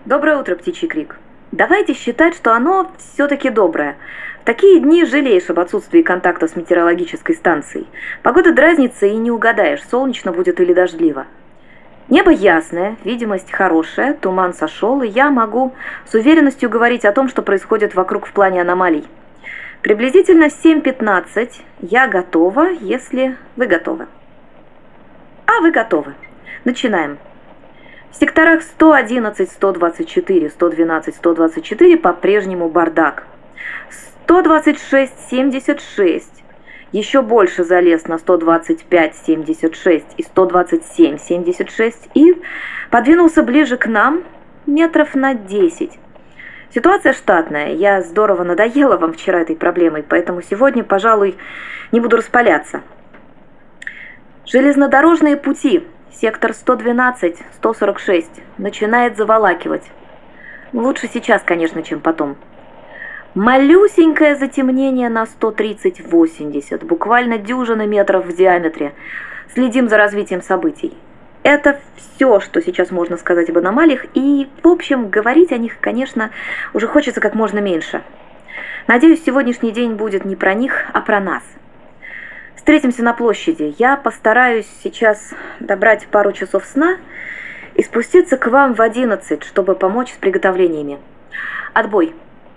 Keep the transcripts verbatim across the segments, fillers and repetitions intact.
Доброе утро, птичий крик. Давайте считать, что оно все-таки доброе. В такие дни жалеешь об отсутствии контакта с метеорологической станцией. Погода дразнится и не угадаешь, солнечно будет или дождливо. Небо ясное, видимость хорошая, туман сошел, и я могу с уверенностью говорить о том, что происходит вокруг в плане аномалий. Приблизительно в семь пятнадцать я готова, если вы готовы. А вы готовы. Начинаем. В секторах сто одиннадцать, сто двадцать четыре, сто двенадцать, сто двадцать четыре по-прежнему бардак. сто двадцать шесть, семьдесят шесть. Еще больше залез на сто двадцать пять, семьдесят шесть и сто двадцать семь, семьдесят шесть и подвинулся ближе к нам метров на десять. Ситуация штатная. Я здорово надоела вам вчера этой проблемой, поэтому сегодня, пожалуй, не буду распаляться. Железнодорожные пути. Сектор сто двенадцать, сто сорок шесть. Начинает заволакивать. Лучше сейчас, конечно, чем потом. Малюсенькое затемнение на сто тридцать, восемьдесят. Буквально дюжина метров в диаметре. Следим за развитием событий. Это все, что сейчас можно сказать об аномалиях. И, в общем, говорить о них, конечно, уже хочется как можно меньше. Надеюсь, сегодняшний день будет не про них, а про нас. Встретимся на площади. Я постараюсь сейчас добрать пару часов сна и спуститься к вам в одиннадцать, чтобы помочь с приготовлениями. Отбой.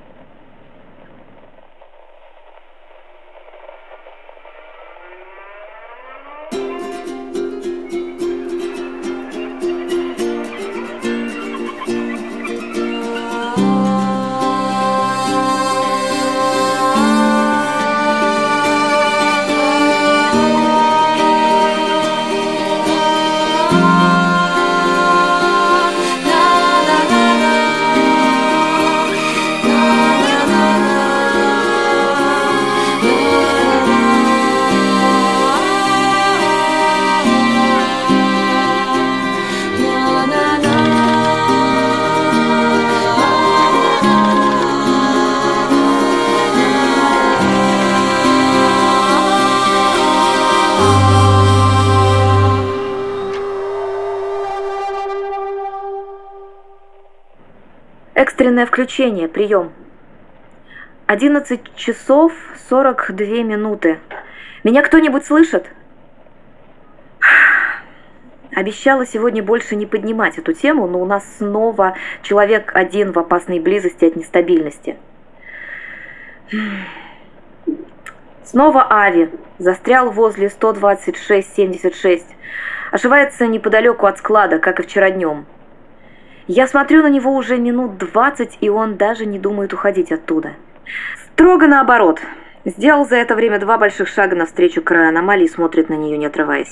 Экстренное включение. Прием. одиннадцать часов сорок две минуты. Меня кто-нибудь слышит? Обещала сегодня больше не поднимать эту тему, но у нас снова человек один в опасной близости от нестабильности. Снова Ави. Застрял возле сто двадцать шесть, семьдесят шесть. Ошивается неподалеку от склада, как и вчера днем. Я смотрю на него уже минут двадцать, и он даже не думает уходить оттуда. Строго наоборот. Сделал за это время два больших шага навстречу краю аномалии и смотрит на нее, не отрываясь.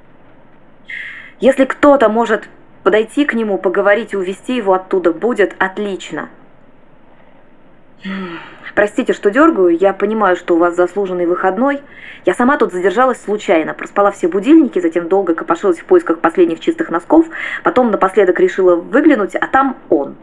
Если кто-то может подойти к нему, поговорить и увести его оттуда, будет отлично. Простите, что дергаю, я понимаю, что у вас заслуженный выходной. Я сама тут задержалась случайно, проспала все будильники, затем долго копошилась в поисках последних чистых носков, потом напоследок решила выглянуть, а там он.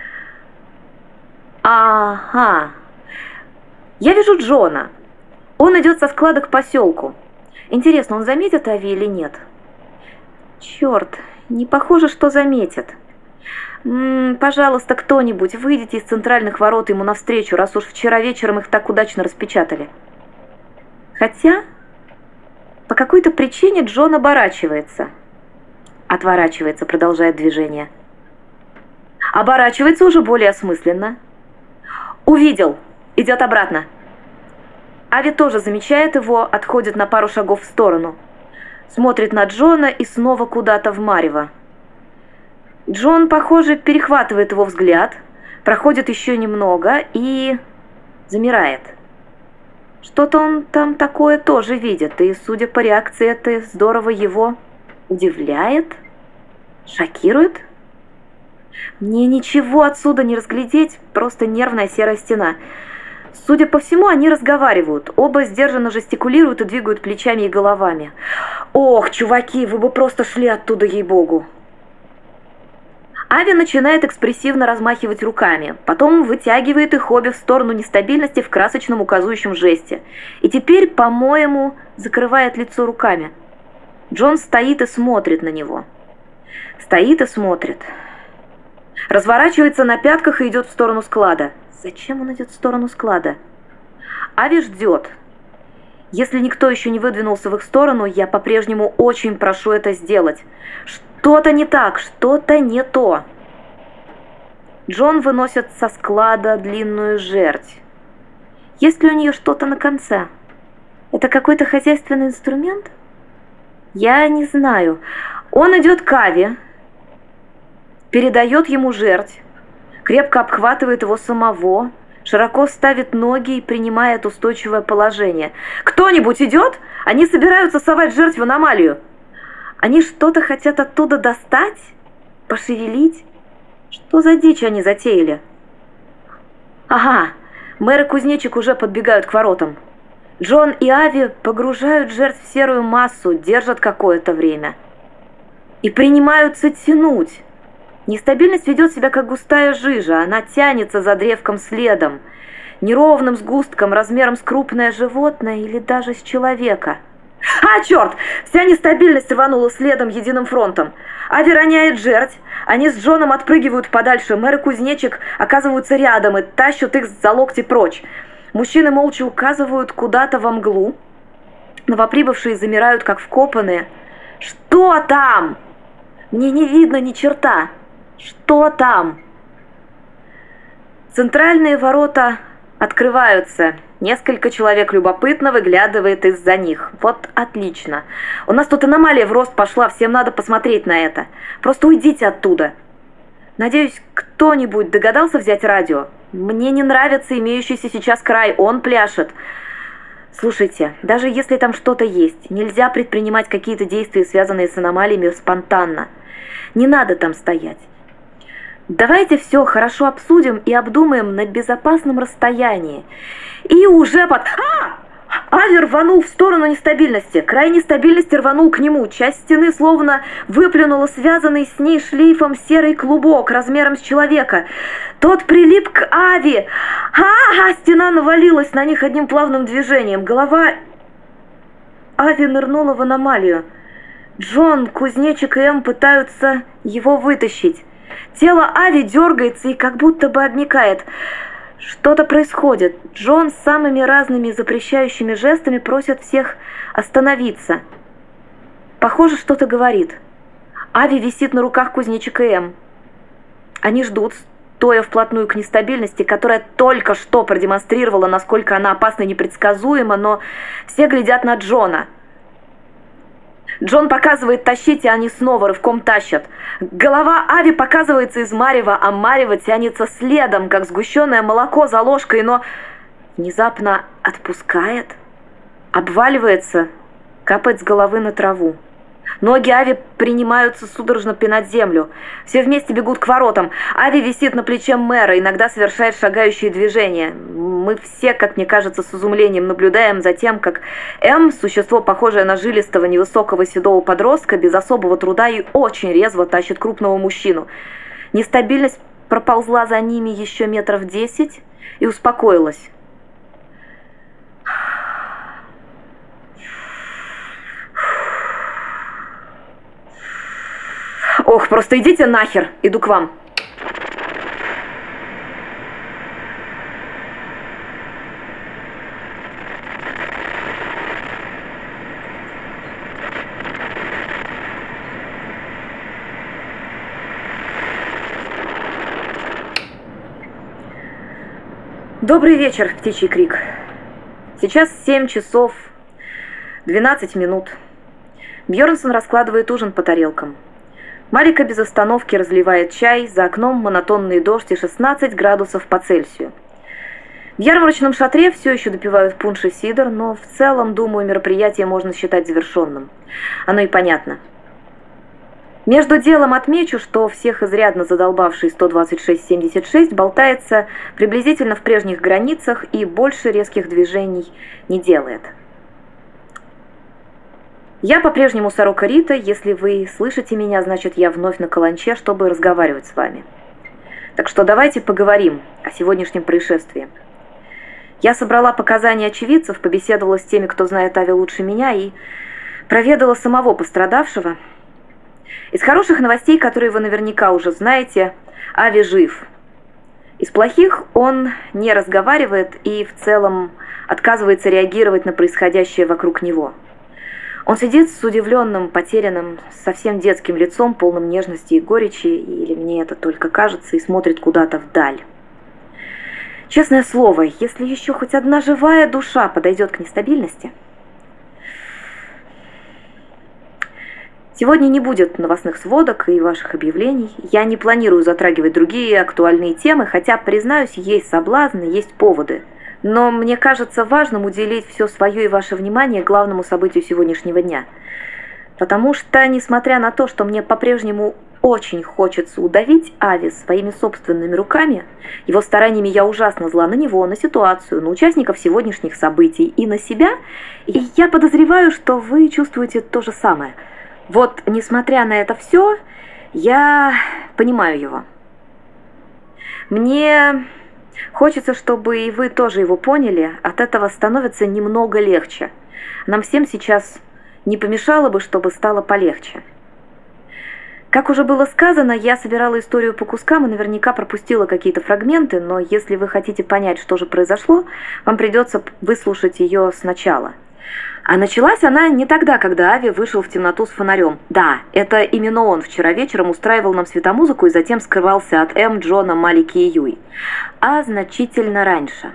Ага. Я вижу Джона. Он идет со склада к поселку. Интересно, он заметит Ави или нет? Черт, не похоже, что заметит. М-м, пожалуйста, кто-нибудь, выйдите из центральных ворот ему навстречу, раз уж вчера вечером их так удачно распечатали. Хотя, по какой-то причине Джон оборачивается. Отворачивается, продолжает движение. Оборачивается уже более осмысленно. Увидел, идет обратно. Ави тоже замечает его, отходит на пару шагов в сторону. Смотрит на Джона и снова куда-то в марево. Джон, похоже, перехватывает его взгляд, проходит еще немного и замирает. Что-то он там такое тоже видит, и, судя по реакции, это здорово его удивляет, шокирует. Мне ничего отсюда не разглядеть, просто нервная серая стена. Судя по всему, они разговаривают, оба сдержанно жестикулируют и двигают плечами и головами. Ох, чуваки, вы бы просто шли оттуда, ей-богу. Ави начинает экспрессивно размахивать руками, потом вытягивает их обе в сторону нестабильности в красочном указующем жесте. И теперь, по-моему, закрывает лицо руками. Джон стоит и смотрит на него. Стоит и смотрит. Разворачивается на пятках и идет в сторону склада. Зачем он идет в сторону склада? Ави ждет. Если никто еще не выдвинулся в их сторону, я по-прежнему очень прошу это сделать. Что-то не так, что-то не то. Джон выносит со склада длинную жердь. Есть ли у нее что-то на конце? Это какой-то хозяйственный инструмент? Я не знаю. Он идет к Ави, передает ему жердь, крепко обхватывает его самого, широко ставит ноги и принимает устойчивое положение. «Кто-нибудь идет? Они собираются совать жердь в аномалию. Они что-то хотят оттуда достать? Пошевелить? Что за дичь они затеяли?» «Ага, мэр и кузнечик уже подбегают к воротам. Джон и Ави погружают жертв в серую массу, держат какое-то время. И принимаются тянуть. Нестабильность ведет себя как густая жижа, она тянется за древком следом, неровным сгустком размером с крупное животное или даже с человека. А, черт! Вся нестабильность рванула следом единым фронтом. Ави роняет жерть, они с Джоном отпрыгивают подальше, мэр и кузнечик оказываются рядом и тащат их за локти прочь. Мужчины молча указывают куда-то во мглу. Новоприбывшие замирают, как вкопанные. «Что там? Мне не видно ни черта. Что там?» Центральные ворота открываются. Несколько человек любопытно выглядывает из-за них. Вот отлично. У нас тут аномалия в рост пошла, всем надо посмотреть на это. Просто уйдите оттуда. Надеюсь, кто-нибудь догадался взять радио? Мне не нравится имеющийся сейчас край, он пляшет. Слушайте, даже если там что-то есть, нельзя предпринимать какие-то действия, связанные с аномалиями, спонтанно. Не надо там стоять. Давайте все хорошо обсудим и обдумаем на безопасном расстоянии. И уже под... А! Ави рванул в сторону нестабильности. Край нестабильности рванул к нему. Часть стены словно выплюнула связанный с ней шлейфом серый клубок размером с человека. Тот прилип к Ави. А-а-а! Стена навалилась на них одним плавным движением. Голова Ави нырнула в аномалию. Джон, кузнечик и Эм пытаются его вытащить. Тело Ави дергается и как будто бы обмякает. Что-то происходит. Джон с самыми разными запрещающими жестами просит всех остановиться. Похоже, что-то говорит. Ави висит на руках кузнечика и Эм. Они ждут, стоя вплотную к нестабильности, которая только что продемонстрировала, насколько она опасна и непредсказуема, но все глядят на Джона. Джон показывает тащить, и они снова рывком тащат. Голова Ави показывается из марева, а марево тянется следом, как сгущенное молоко за ложкой, но внезапно отпускает, обваливается, капает с головы на траву. Ноги Ави принимаются судорожно пинать землю. Все вместе бегут к воротам. Ави висит на плече мэра, иногда совершает шагающие движения. Мы все, как мне кажется, с изумлением наблюдаем за тем, как Эм, существо, похожее на жилистого невысокого седого подростка, без особого труда и очень резво тащит крупного мужчину. Нестабильность проползла за ними еще метров десять и успокоилась. Ох, просто идите нахер, иду к вам. Добрый вечер, птичий крик. Сейчас семь часов двенадцать минут. Бьернсон раскладывает ужин по тарелкам. Марика без остановки разливает чай, за окном монотонный дождь и шестнадцать градусов по Цельсию. В ярмарочном шатре все еще допивают пунш и сидр, но в целом, думаю, мероприятие можно считать завершенным. Оно и понятно. Между делом отмечу, что всех изрядно задолбавший сто двадцать шесть семьдесят шесть болтается приблизительно в прежних границах и больше резких движений не делает. Я по-прежнему сорока Рита. Если вы слышите меня, значит, я вновь на каланче, чтобы разговаривать с вами. Так что давайте поговорим о сегодняшнем происшествии. Я собрала показания очевидцев, побеседовала с теми, кто знает Ави лучше меня, и проведала самого пострадавшего. Из хороших новостей, которые вы наверняка уже знаете, Ави жив. Из плохих он не разговаривает и в целом отказывается реагировать на происходящее вокруг него. Он сидит с удивленным, потерянным, совсем детским лицом, полным нежности и горечи, или мне это только кажется, и смотрит куда-то вдаль. Честное слово, если еще хоть одна живая душа подойдет к нестабильности... Сегодня не будет новостных сводок и ваших объявлений. Я не планирую затрагивать другие актуальные темы, хотя, признаюсь, есть соблазны, есть поводы. Но мне кажется важным уделить все свое и ваше внимание главному событию сегодняшнего дня. Потому что, несмотря на то, что мне по-прежнему очень хочется удавить Ави своими собственными руками, его стараниями я ужасно зла на него, на ситуацию, на участников сегодняшних событий и на себя, и я подозреваю, что вы чувствуете то же самое. Вот, несмотря на это все, я понимаю его. Мне хочется, чтобы и вы тоже его поняли, от этого становится немного легче. Нам всем сейчас не помешало бы, чтобы стало полегче. Как уже было сказано, я собирала историю по кускам и наверняка пропустила какие-то фрагменты, но если вы хотите понять, что же произошло, вам придется выслушать ее сначала. А началась она не тогда, когда Ави вышел в темноту с фонарем. Да, это именно он вчера вечером устраивал нам светомузыку и затем скрывался от М, Джона, Малики и Юи. А значительно раньше.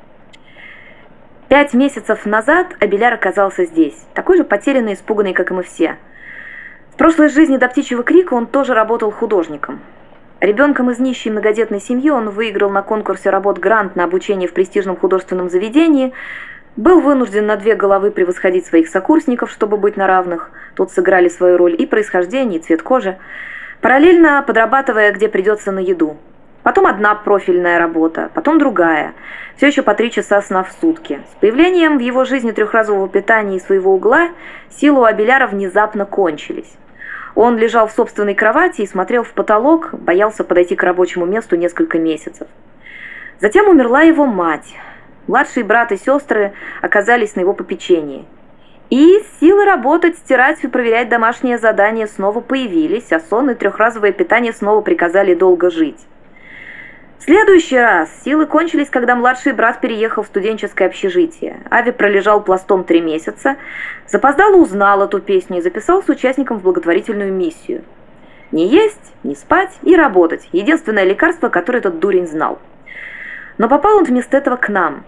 Пять месяцев назад Абеляр оказался здесь, такой же потерянный и испуганный, как и мы все. В прошлой жизни до птичьего крика он тоже работал художником. Ребенком из нищей многодетной семьи он выиграл на конкурсе работ грант на обучение в престижном художественном заведении, был вынужден на две головы превосходить своих сокурсников, чтобы быть на равных. Тут сыграли свою роль и происхождение, и цвет кожи, параллельно подрабатывая, где придется, на еду. Потом одна профильная работа, потом другая. Все еще по три часа сна в сутки. С появлением в его жизни трехразового питания и своего угла силы у Абеляра внезапно кончились. Он лежал в собственной кровати и смотрел в потолок, боялся подойти к рабочему месту несколько месяцев. Затем умерла его мать. Младшие брат и сестры оказались на его попечении. И силы работать, стирать и проверять домашние задания снова появились, а сон и трехразовое питание снова приказали долго жить. В следующий раз силы кончились, когда младший брат переехал в студенческое общежитие. Ави пролежал пластом три месяца, запоздало узнал эту песню и записался участником в благотворительную миссию. Не есть, не спать и работать – единственное лекарство, которое этот дурень знал. Но попал он вместо этого к нам.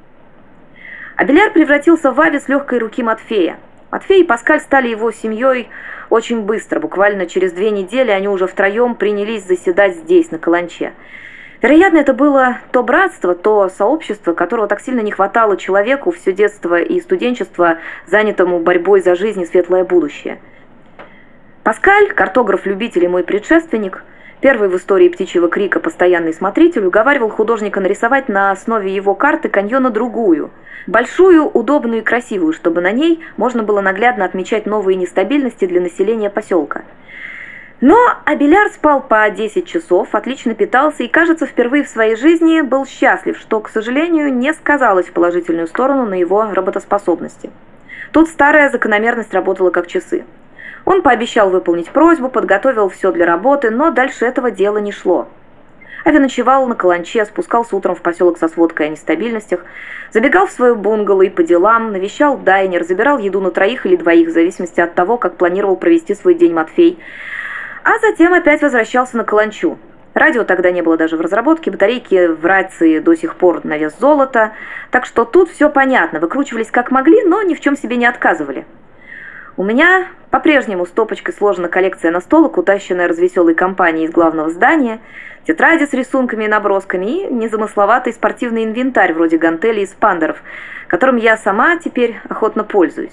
Абеляр превратился в Ави с легкой руки Матфея. Матфей и Паскаль стали его семьей очень быстро. Буквально через две недели они уже втроем принялись заседать здесь, на каланче. Вероятно, это было то братство, то сообщество, которого так сильно не хватало человеку все детство и студенчество, занятому борьбой за жизнь и светлое будущее. Паскаль, картограф-любитель и мой предшественник, первый в истории птичьего крика постоянный смотритель, уговаривал художника нарисовать на основе его карты каньона другую, большую, удобную и красивую, чтобы на ней можно было наглядно отмечать новые нестабильности для населения поселка. Но Абеляр спал по десять часов, отлично питался и, кажется, впервые в своей жизни был счастлив, что, к сожалению, не сказалось в положительную сторону на его работоспособности. Тут старая закономерность работала как часы. Он пообещал выполнить просьбу, подготовил все для работы, но дальше этого дела не шло. Ави ночевал на каланче, спускался утром в поселок со сводкой о нестабильностях, забегал в свою бунгало и по делам, навещал дайнер, забирал еду на троих или двоих, в зависимости от того, как планировал провести свой день Матфей, а затем опять возвращался на каланчу. Радио тогда не было даже в разработке, батарейки в рации до сих пор на вес золота, так что тут все понятно, выкручивались как могли, но ни в чем себе не отказывали. У меня по-прежнему стопочкой сложена коллекция настолок, утащенная развеселой компанией из главного здания, тетради с рисунками и набросками и незамысловатый спортивный инвентарь вроде гантелей и спандеров, которым я сама теперь охотно пользуюсь.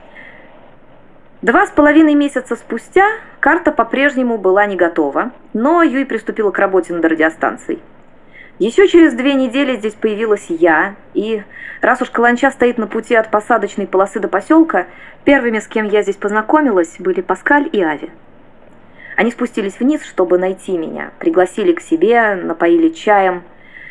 Два с половиной месяца спустя карта по-прежнему была не готова, но Юй приступила к работе над радиостанцией. Еще через две недели здесь появилась я, и раз уж каланча стоит на пути от посадочной полосы до поселка, первыми, с кем я здесь познакомилась, были Паскаль и Ави. Они спустились вниз, чтобы найти меня, пригласили к себе, напоили чаем,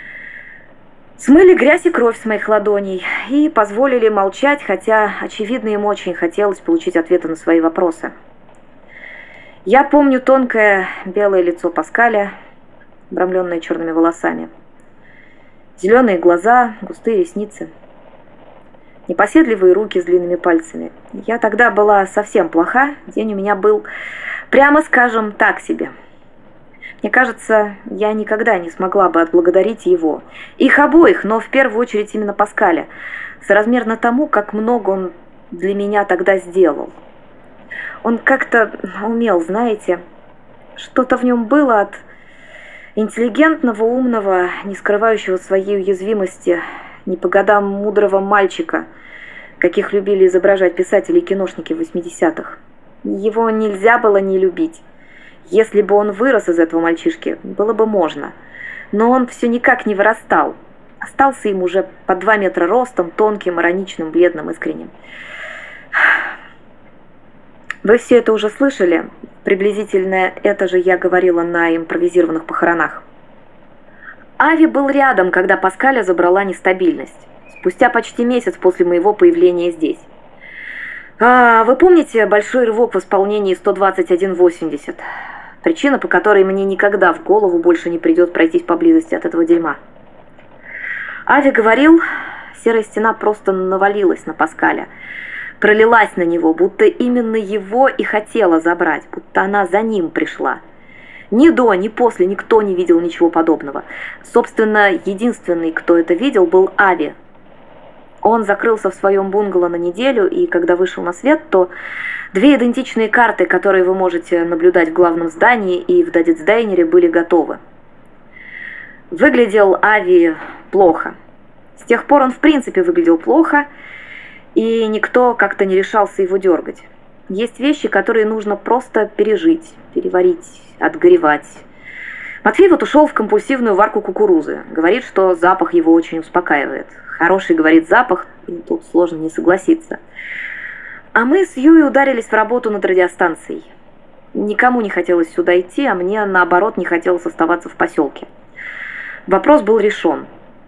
смыли грязь и кровь с моих ладоней и позволили молчать, хотя, очевидно, им очень хотелось получить ответы на свои вопросы. Я помню тонкое белое лицо Паскаля, обрамленное черными волосами. Зеленые глаза, густые ресницы. Непоседливые руки с длинными пальцами. Я тогда была совсем плоха, день у меня был, прямо скажем, так себе. Мне кажется, я никогда не смогла бы отблагодарить его. Их обоих, но в первую очередь именно Паскаля, соразмерно тому, как много он для меня тогда сделал. Он как-то умел, знаете, что-то в нем было от интеллигентного, умного, не скрывающего своей уязвимости, не по годам мудрого мальчика, каких любили изображать писатели и киношники в восьмидесятых. Его нельзя было не любить. Если бы он вырос из этого мальчишки, было бы можно. Но он все никак не вырастал. Остался им уже по два метра ростом, тонким, ироничным, бледным, искренним. Вы все это уже слышали? Приблизительно это же я говорила на импровизированных похоронах. Ави был рядом, когда Паскаля забрала нестабильность. Спустя почти месяц после моего появления здесь. А, вы помните большой рывок в исполнении сто двадцать один восемьдесят? Причина, по которой мне никогда в голову больше не придет пройтись поблизости от этого дерьма. Ави говорил, серая стена просто навалилась на Паскаля, пролилась на него, будто именно его и хотела забрать, будто она за ним пришла. Ни до, ни после никто не видел ничего подобного. Собственно, единственный, кто это видел, был Ави. Он закрылся в своем бунгало на неделю, и когда вышел на свет, то две идентичные карты, которые вы можете наблюдать в главном здании и в Дадитсдайнере, были готовы. Выглядел Ави плохо. С тех пор он в принципе выглядел плохо, и никто как-то не решался его дергать. Есть вещи, которые нужно просто пережить, переварить, отгоревать. Матвей вот ушел в компульсивную варку кукурузы. Говорит, что запах его очень успокаивает. Хороший, говорит, запах, и тут сложно не согласиться. А мы с Юей ударились в работу над радиостанцией. Никому не хотелось сюда идти, а мне, наоборот, не хотелось оставаться в поселке. Вопрос был решен.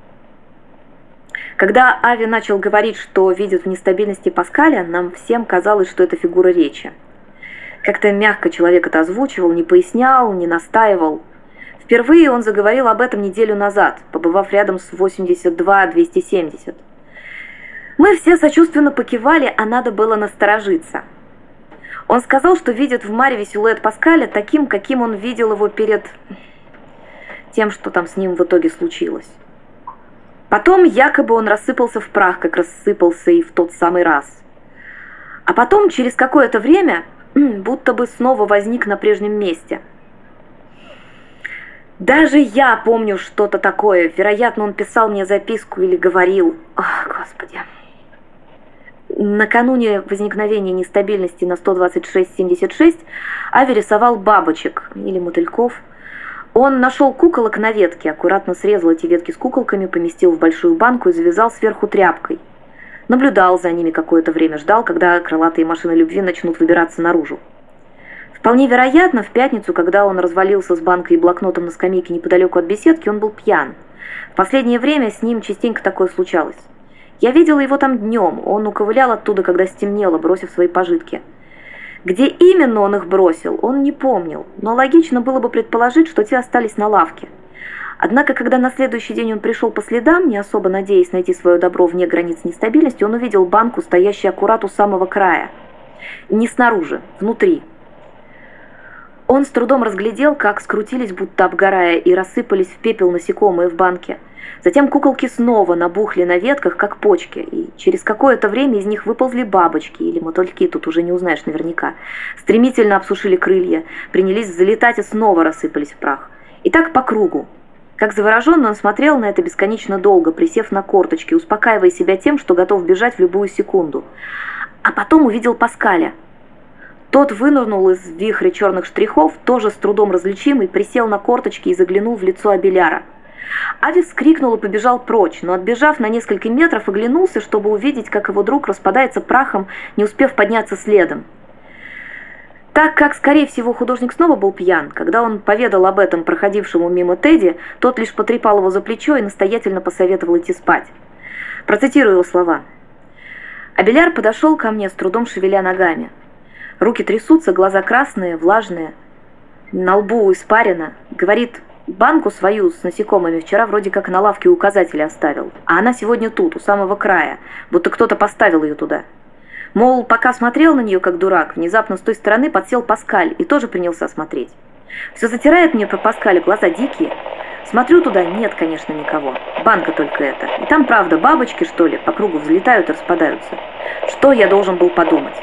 Когда Ави начал говорить, что видит в нестабильности Паскаля, нам всем казалось, что это фигура речи. Как-то мягко человек это озвучивал, не пояснял, не настаивал. Впервые он заговорил об этом неделю назад, побывав рядом с восемьдесят два двести семьдесят. Мы все сочувственно покивали, а надо было насторожиться. Он сказал, что видит в мареве силуэт Паскаля таким, каким он видел его перед тем, что там с ним в итоге случилось. Потом якобы он рассыпался в прах, как рассыпался и в тот самый раз. А потом, через какое-то время, будто бы снова возник на прежнем месте. Даже я помню что-то такое. Вероятно, он писал мне записку или говорил. Ох, Господи. Накануне возникновения нестабильности на сто двадцать шесть семьдесят шесть Ави рисовал бабочек или мотыльков. Он нашел куколок на ветке, аккуратно срезал эти ветки с куколками, поместил в большую банку и завязал сверху тряпкой. Наблюдал за ними какое-то время, ждал, когда крылатые машины любви начнут выбираться наружу. Вполне вероятно, в пятницу, когда он развалился с банкой и блокнотом на скамейке неподалеку от беседки, он был пьян. В последнее время с ним частенько такое случалось. Я видела его там днем, он уковылял оттуда, когда стемнело, бросив свои пожитки. Где именно он их бросил, он не помнил, но логично было бы предположить, что те остались на лавке. Однако, когда на следующий день он пришел по следам, не особо надеясь найти свое добро вне границ нестабильности, он увидел банку, стоящую аккурат у самого края. Не снаружи, внутри. Он с трудом разглядел, как скрутились, будто обгорая, и рассыпались в пепел насекомые в банке. Затем куколки снова набухли на ветках, как почки, и через какое-то время из них выползли бабочки, или мотыльки, тут уже не узнаешь наверняка. Стремительно обсушили крылья, принялись взлетать и снова рассыпались в прах. И так по кругу. Как завороженный он смотрел на это бесконечно долго, присев на корточки, успокаивая себя тем, что готов бежать в любую секунду. А потом увидел Паскаля. Тот вынырнул из вихря черных штрихов, тоже с трудом различимый, присел на корточки и заглянул в лицо Абеляра. Ави вскрикнул и побежал прочь, но, отбежав на несколько метров, оглянулся, чтобы увидеть, как его друг распадается прахом, не успев подняться следом. Так как, скорее всего, художник снова был пьян, когда он поведал об этом проходившему мимо Тедди, тот лишь потрепал его за плечо и настоятельно посоветовал идти спать. Процитирую его слова. «Абеляр подошел ко мне, с трудом шевеля ногами. Руки трясутся, глаза красные, влажные, на лбу испарина. Говорит, банку свою с насекомыми вчера вроде как на лавке указатели оставил, а она сегодня тут, у самого края, будто кто-то поставил ее туда. Мол, пока смотрел на нее как дурак, внезапно с той стороны подсел Паскаль и тоже принялся смотреть. Все затирает мне про Паскаля, глаза дикие. Смотрю туда, нет, конечно, никого. Банка только эта. И там, правда, бабочки, что ли, по кругу взлетают и распадаются. Что я должен был подумать?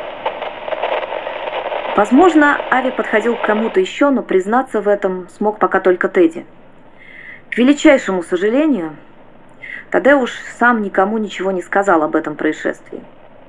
Возможно, Ави подходил к кому-то еще, но признаться в этом смог пока только Тедди. К величайшему сожалению, Тадеуш сам никому ничего не сказал об этом происшествии.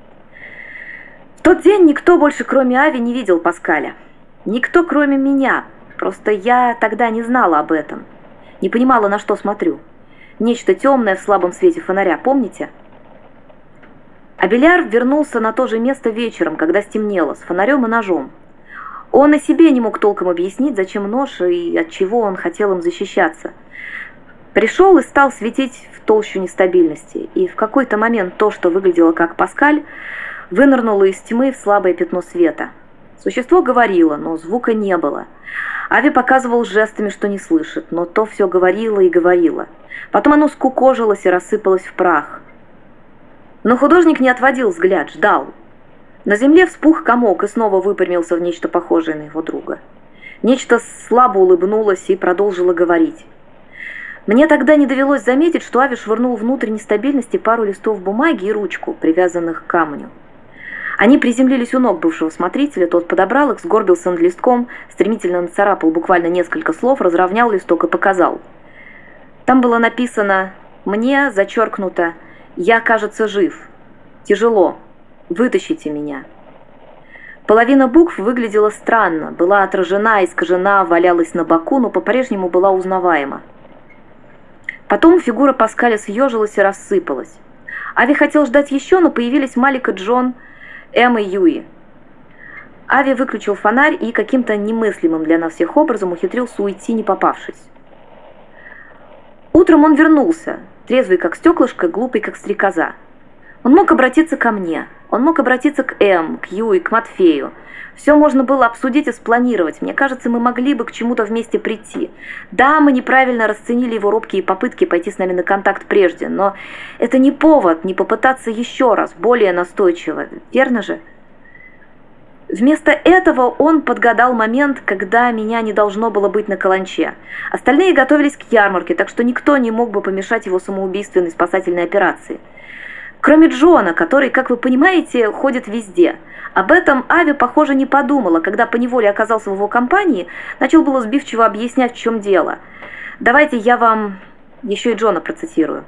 В тот день никто больше, кроме Ави, не видел Паскаля. Никто, кроме меня. Просто я тогда не знала об этом. Не понимала, на что смотрю. Нечто темное в слабом свете фонаря, помните? Абеляр вернулся на то же место вечером, когда стемнело, с фонарем и ножом. Он и себе не мог толком объяснить, зачем нож и от чего он хотел им защищаться. Пришел и стал светить в толщу нестабильности. И в какой-то момент то, что выглядело как Паскаль, вынырнуло из тьмы в слабое пятно света. Существо говорило, но звука не было. Ави показывал жестами, что не слышит, но то все говорило и говорило. Потом оно скукожилось и рассыпалось в прах. Но художник не отводил взгляд, ждал. На земле вспух комок и снова выпрямился в нечто похожее на его друга. Нечто слабо улыбнулось и продолжило говорить. Мне тогда не довелось заметить, что Ави швырнул внутрь нестабильности пару листов бумаги и ручку, привязанных к камню. Они приземлились у ног бывшего смотрителя, тот подобрал их, сгорбился над листком, стремительно нацарапал буквально несколько слов, разровнял листок и показал. Там было написано «Мне, зачеркнуто, я, кажется, жив. Тяжело. Вытащите меня». Половина букв выглядела странно, была отражена, искажена, валялась на боку, но по-прежнему была узнаваема. Потом фигура Паскаля съежилась и рассыпалась. Ави хотел ждать еще, но появились Малик и Джон, Эм и Юи. Ави выключил фонарь и каким-то немыслимым для нас всех образом ухитрился уйти, не попавшись. Утром он вернулся, трезвый как стеклышко, глупый как стрекоза. Он мог обратиться ко мне, он мог обратиться к Эм, к Юи, к Матфею. Все можно было обсудить и спланировать. Мне кажется, мы могли бы к чему-то вместе прийти. Да, мы неправильно расценили его робкие попытки пойти с нами на контакт прежде, но это не повод не попытаться еще раз, более настойчиво, верно же? Вместо этого он подгадал момент, когда меня не должно было быть на каланче. Остальные готовились к ярмарке, так что никто не мог бы помешать его самоубийственной спасательной операции. Кроме Джона, который, как вы понимаете, ходит везде. Об этом Ави, похоже, не подумала, когда поневоле оказался в его компании, начал было сбивчиво объяснять, в чем дело. Давайте я вам еще и Джона процитирую.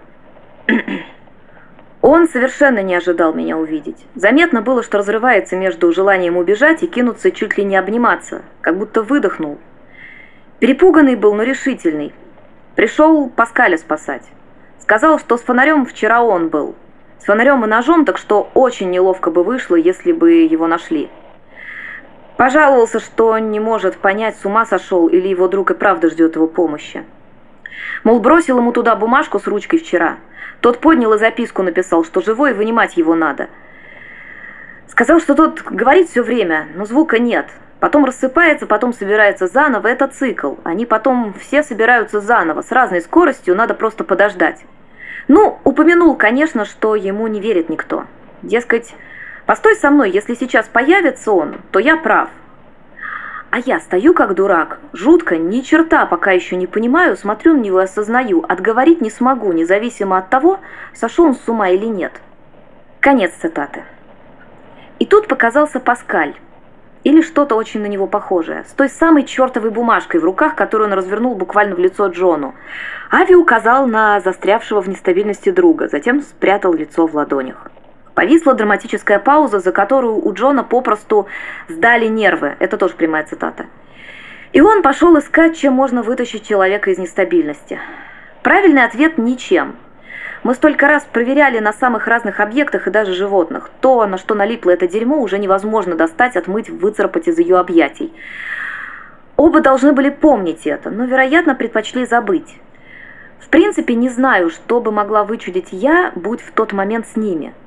Он совершенно не ожидал меня увидеть. Заметно было, что разрывается между желанием убежать и кинуться чуть ли не обниматься, как будто выдохнул. Перепуганный был, но решительный. Пришел Паскаля спасать. Сказал, что с фонарем вчера он был. С фонарем и ножом, так что очень неловко бы вышло, если бы его нашли. Пожаловался, что не может понять, с ума сошел или его друг и правда ждет его помощи. Мол, бросил ему туда бумажку с ручкой вчера. Тот поднял и записку написал, что живой, вынимать его надо. Сказал, что тот говорит все время, но звука нет. Потом рассыпается, потом собирается заново. Это цикл. Они потом все собираются заново. С разной скоростью, надо просто подождать. Ну, упомянул, конечно, что ему не верит никто. Дескать, постой со мной, если сейчас появится он, то я прав. А я стою как дурак, жутко, ни черта пока еще не понимаю, смотрю на него и осознаю, отговорить не смогу, независимо от того, сошел он с ума или нет. Конец цитаты. И тут показался Паскаль. Или что-то очень на него похожее, с той самой чертовой бумажкой в руках, которую он развернул буквально в лицо Джону. Ави указал на застрявшего в нестабильности друга, затем спрятал лицо в ладонях. Повисла драматическая пауза, за которую у Джона попросту сдали нервы. Это тоже прямая цитата. И он пошел искать, чем можно вытащить человека из нестабильности. Правильный ответ – ничем. Мы столько раз проверяли на самых разных объектах и даже животных. То, на что налипло это дерьмо, уже невозможно достать, отмыть, выцарапать из ее объятий. Оба должны были помнить это, но, вероятно, предпочли забыть. В принципе, не знаю, что бы могла вычудить я, будь в тот момент с ними.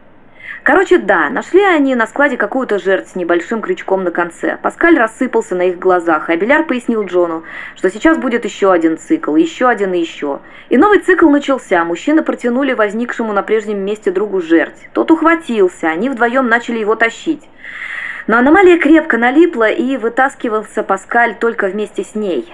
Короче, да, нашли они на складе какую-то жертву с небольшим крючком на конце. Паскаль рассыпался на их глазах, а Беляр пояснил Джону, что сейчас будет еще один цикл, еще один и еще. И новый цикл начался. Мужчины протянули возникшему на прежнем месте другу жертв. Тот ухватился, они вдвоем начали его тащить. Но аномалия крепко налипла, и вытаскивался Паскаль только вместе с ней.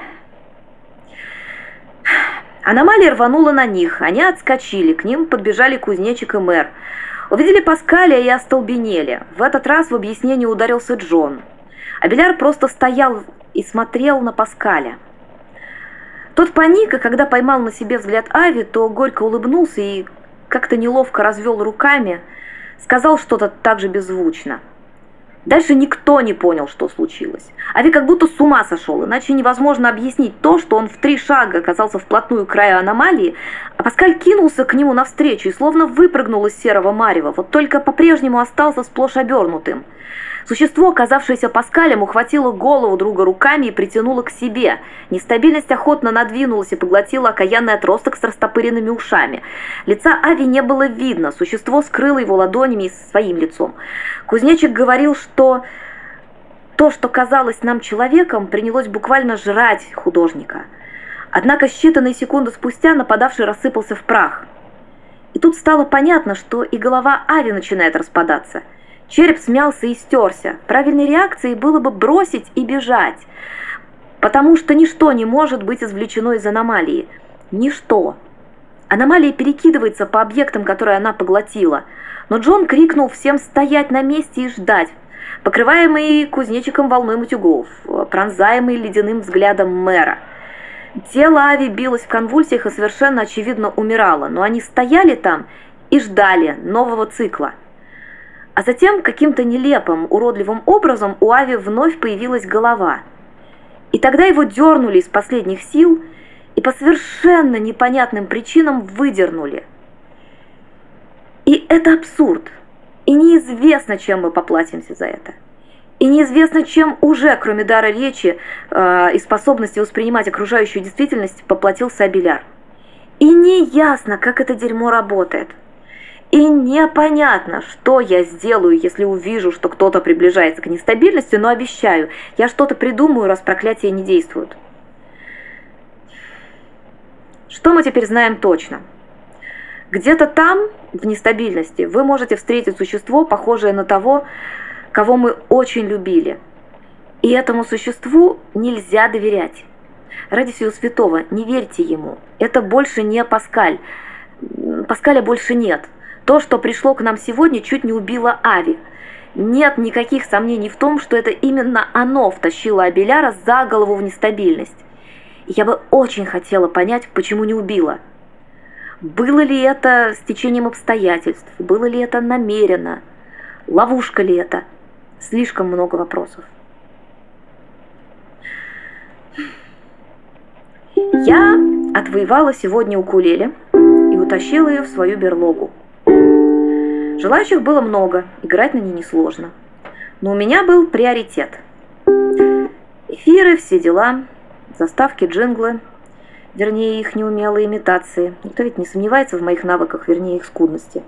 Аномалия рванула на них, они отскочили, к ним подбежали кузнечик и мэр. Увидели Паскаля и остолбенели. В этот раз в объяснение ударился Джон. А Беляр просто стоял и смотрел на Паскаля. Тот паник, и когда поймал на себе взгляд Ави, то горько улыбнулся и как-то неловко развел руками, сказал что-то так же беззвучно. Дальше никто не понял, что случилось. Ави как будто с ума сошел, иначе невозможно объяснить то, что он в три шага оказался вплотную к краю аномалии, а Паскаль кинулся к нему навстречу и словно выпрыгнул из серого марева, вот только по-прежнему остался сплошь обернутым. Существо, оказавшееся Паскалем, ухватило голову друга руками и притянуло к себе. Нестабильность охотно надвинулась и поглотила окаянный отросток с растопыренными ушами. Лица Ави не было видно, существо скрыло его ладонями и своим лицом. Кузнечик говорил, что то, что казалось нам человеком, принялось буквально жрать художника. Однако считанные секунды спустя нападавший рассыпался в прах. И тут стало понятно, что и голова Ави начинает распадаться. Череп смялся и стерся. Правильной реакцией было бы бросить и бежать, потому что ничто не может быть извлечено из аномалии. Ничто. Аномалия перекидывается по объектам, которые она поглотила. Но Джон крикнул всем стоять на месте и ждать, покрываемый кузнечиком волной матюгов, пронзаемый ледяным взглядом мэра. Тело Ави билось в конвульсиях и совершенно очевидно умирало, но они стояли там и ждали нового цикла. А затем каким-то нелепым, уродливым образом у Ави вновь появилась голова. И тогда его дернули из последних сил и по совершенно непонятным причинам выдернули. И это абсурд. И неизвестно, чем мы поплатимся за это. И неизвестно, чем уже, кроме дара речи э, и способности воспринимать окружающую действительность, поплатился Беляр. И неясно, как это дерьмо работает. И непонятно, что я сделаю, если увижу, что кто-то приближается к нестабильности, но обещаю, я что-то придумаю, раз проклятия не действуют. Что мы теперь знаем точно? Где-то там, в нестабильности, вы можете встретить существо, похожее на того, кого мы очень любили. И этому существу нельзя доверять. Ради всего святого, не верьте ему. Это больше не Паскаль. Паскаля больше нет. То, что пришло к нам сегодня, чуть не убило Ави. Нет никаких сомнений в том, что это именно оно втащило Абеляра за голову в нестабильность. И я бы очень хотела понять, почему не убило. Было ли это стечением обстоятельств? Было ли это намеренно? Ловушка ли это? Слишком много вопросов. Я отвоевала сегодня укулеле и утащила ее в свою берлогу. Желающих было много, играть на ней несложно. Но у меня был приоритет. Эфиры, все дела, заставки, джинглы, вернее их неумелые имитации. Никто ведь не сомневается в моих навыках, вернее их скудности.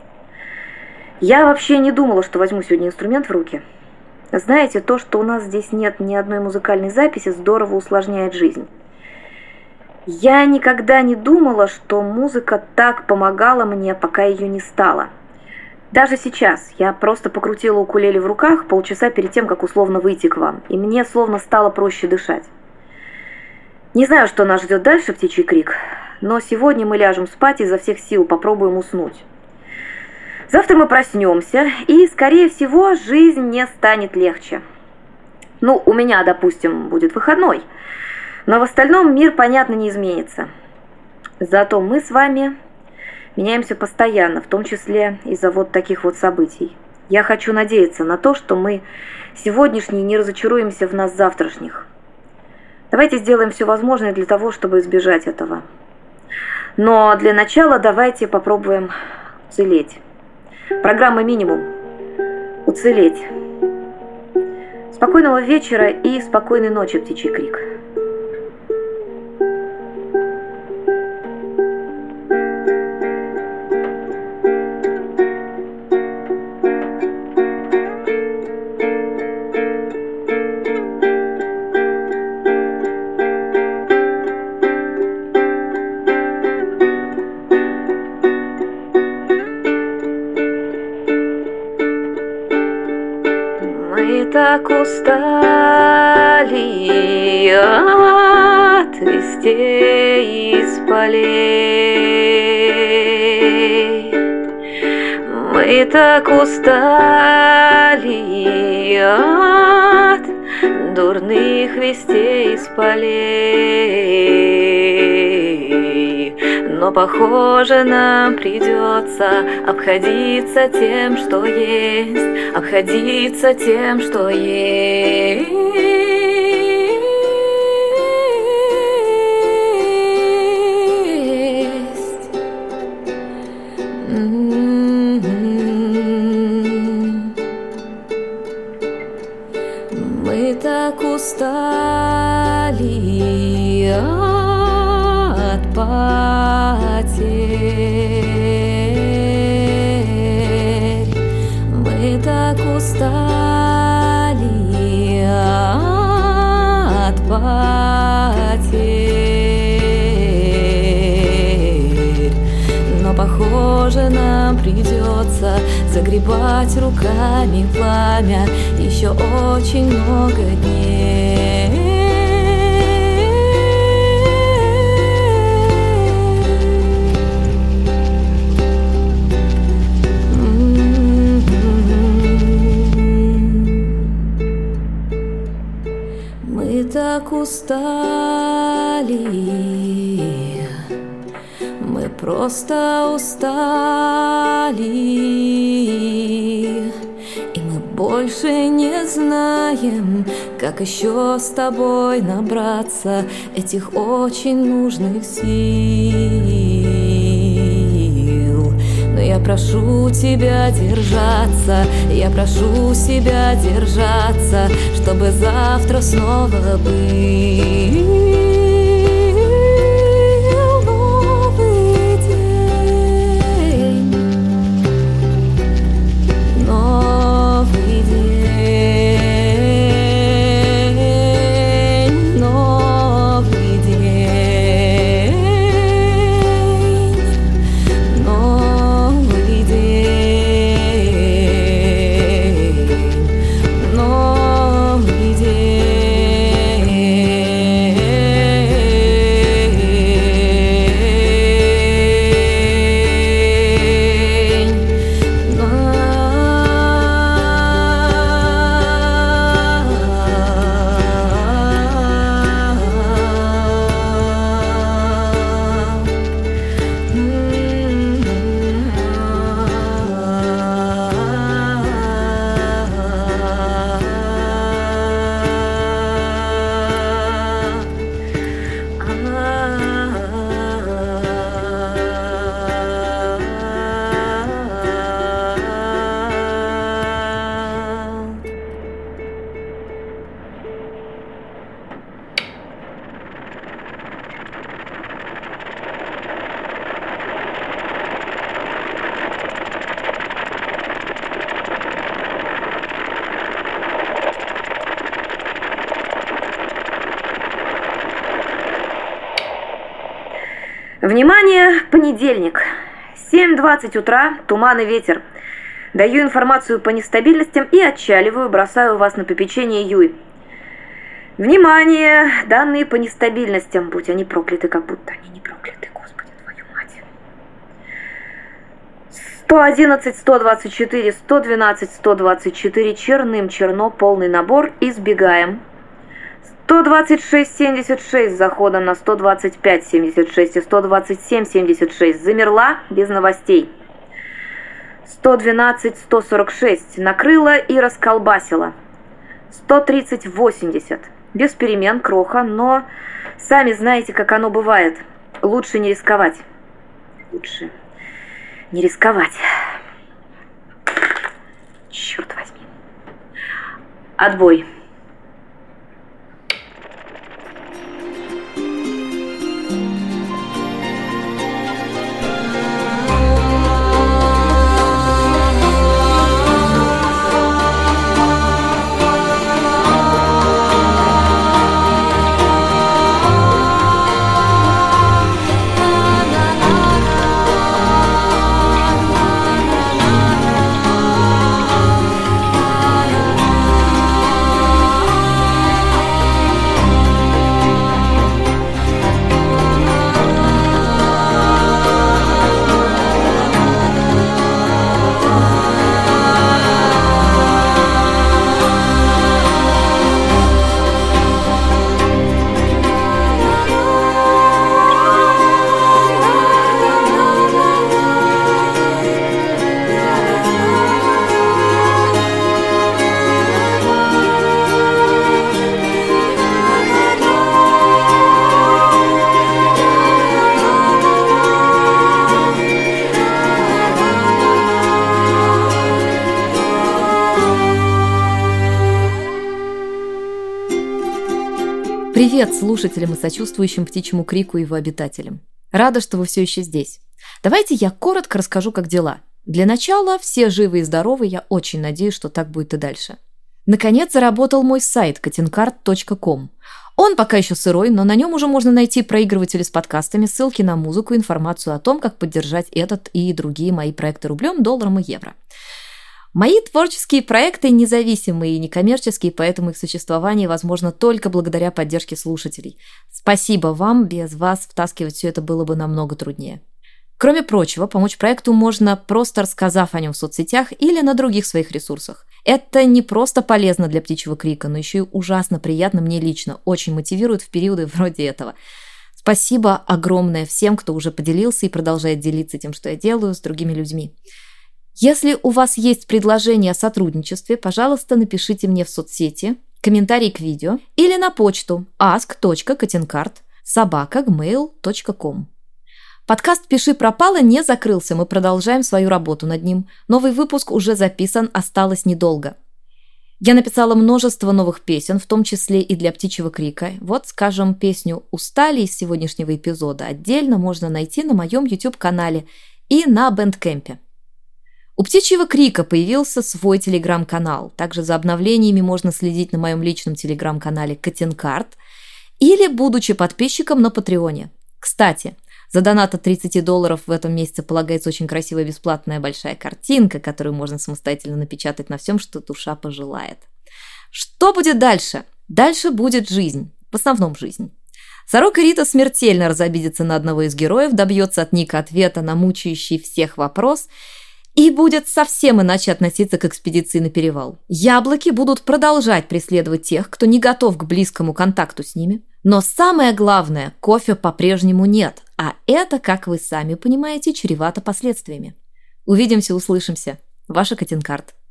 Я вообще не думала, что возьму сегодня инструмент в руки. Знаете, то, что у нас здесь нет ни одной музыкальной записи, здорово усложняет жизнь. Я никогда не думала, что музыка так помогала мне, пока ее не стало. Даже сейчас я просто покрутила укулеле в руках полчаса перед тем, как условно выйти к вам, и мне словно стало проще дышать. Не знаю, что нас ждет дальше, птичий крик, но сегодня мы ляжем спать и изо всех сил попробуем уснуть. Завтра мы проснемся, и, скорее всего, жизнь не станет легче. Ну, у меня, допустим, будет выходной, но в остальном мир, понятно, не изменится. Зато мы с вами меняемся постоянно, в том числе из-за вот таких вот событий. Я хочу надеяться на то, что мы сегодняшние не разочаруемся в нас завтрашних. Давайте сделаем все возможное для того, чтобы избежать этого. Но для начала давайте попробуем уцелеть. Программа «Минимум». Уцелеть. Спокойного вечера и спокойной ночи, птичий крик. так устали от вестей из полей. Мы так устали от дурных вестей из полей. Но, похоже, нам придется обходиться тем, что есть, обходиться тем, что есть. Мы так устали от потерь. Мы так устали от потерь. Но, похоже, нам придется загребать руками пламя еще очень много дней. Мы так устали, мы просто устали, и мы больше не знаем, как еще с тобой набраться этих очень нужных сил. Но я прошу тебя держаться, я прошу себя держаться, чтобы завтра снова быть. Внимание, понедельник, семь двадцать утра, туман и ветер. Даю информацию по нестабильностям и отчаливаю, бросаю вас на попечение Юй. Внимание, данные по нестабильностям, будь они прокляты, как будто они не прокляты, Господи, твою мать. сто одиннадцать, сто двадцать четыре, сто двенадцать, сто двадцать четыре, черным, черно, полный набор, избегаем. сто двадцать шесть, семьдесят шесть с заходом на сто двадцать пять, семьдесят шесть и сто двадцать семь, семьдесят шесть. Замерла, без новостей. сто двенадцать, сто сорок шесть. Накрыла и расколбасила. сто тридцать, восемьдесят. Без перемен, кроха, но сами знаете, как оно бывает. Лучше не рисковать. Лучше не рисковать. Черт возьми. Отбой. Привет слушателям и сочувствующим птичьему крику и его обитателям. Рада, что вы все еще здесь. Давайте я коротко расскажу, как дела. Для начала, все живы и здоровы, я очень надеюсь, что так будет и дальше. Наконец заработал мой сайт катинкарт точка ком. Он пока еще сырой, но на нем уже можно найти проигрыватели с подкастами, ссылки на музыку, информацию о том, как поддержать этот и другие мои проекты рублем, долларом и евро. Мои творческие проекты независимые и некоммерческие, поэтому их существование возможно только благодаря поддержке слушателей. Спасибо вам, без вас втаскивать все это было бы намного труднее. Кроме прочего, помочь проекту можно, просто рассказав о нем в соцсетях или на других своих ресурсах. Это не просто полезно для птичьего крика, но еще и ужасно приятно мне лично, очень мотивирует в периоды вроде этого. Спасибо огромное всем, кто уже поделился и продолжает делиться тем, что я делаю, с другими людьми. Если у вас есть предложение о сотрудничестве, пожалуйста, напишите мне в соцсети, комментарий к видео или на почту ask точка катинкарт собака джимейл точка ком. Подкаст «Пиши пропало» не закрылся, мы продолжаем свою работу над ним. Новый выпуск уже записан, осталось недолго. Я написала множество новых песен, в том числе и для птичьего крика. Вот, скажем, песню «Устали» из сегодняшнего эпизода отдельно можно найти на моем YouTube-канале и на Бэндкэмпе. У птичьего крика появился свой телеграм-канал. Также за обновлениями можно следить на моем личном телеграм-канале Катинкарт или будучи подписчиком на Патреоне. Кстати, за донат от тридцать долларов в этом месяце полагается очень красивая бесплатная большая картинка, которую можно самостоятельно напечатать на всем, что душа пожелает. Что будет дальше? Дальше будет жизнь. В основном жизнь. Сорока Рита смертельно разобидится на одного из героев, добьется от Ника ответа на мучающий всех вопрос и будет совсем иначе относиться к экспедиции на перевал. Яблоки будут продолжать преследовать тех, кто не готов к близкому контакту с ними. Но самое главное, кофе по-прежнему нет, а это, как вы сами понимаете, чревато последствиями. Увидимся, услышимся. Ваша Катинкарт.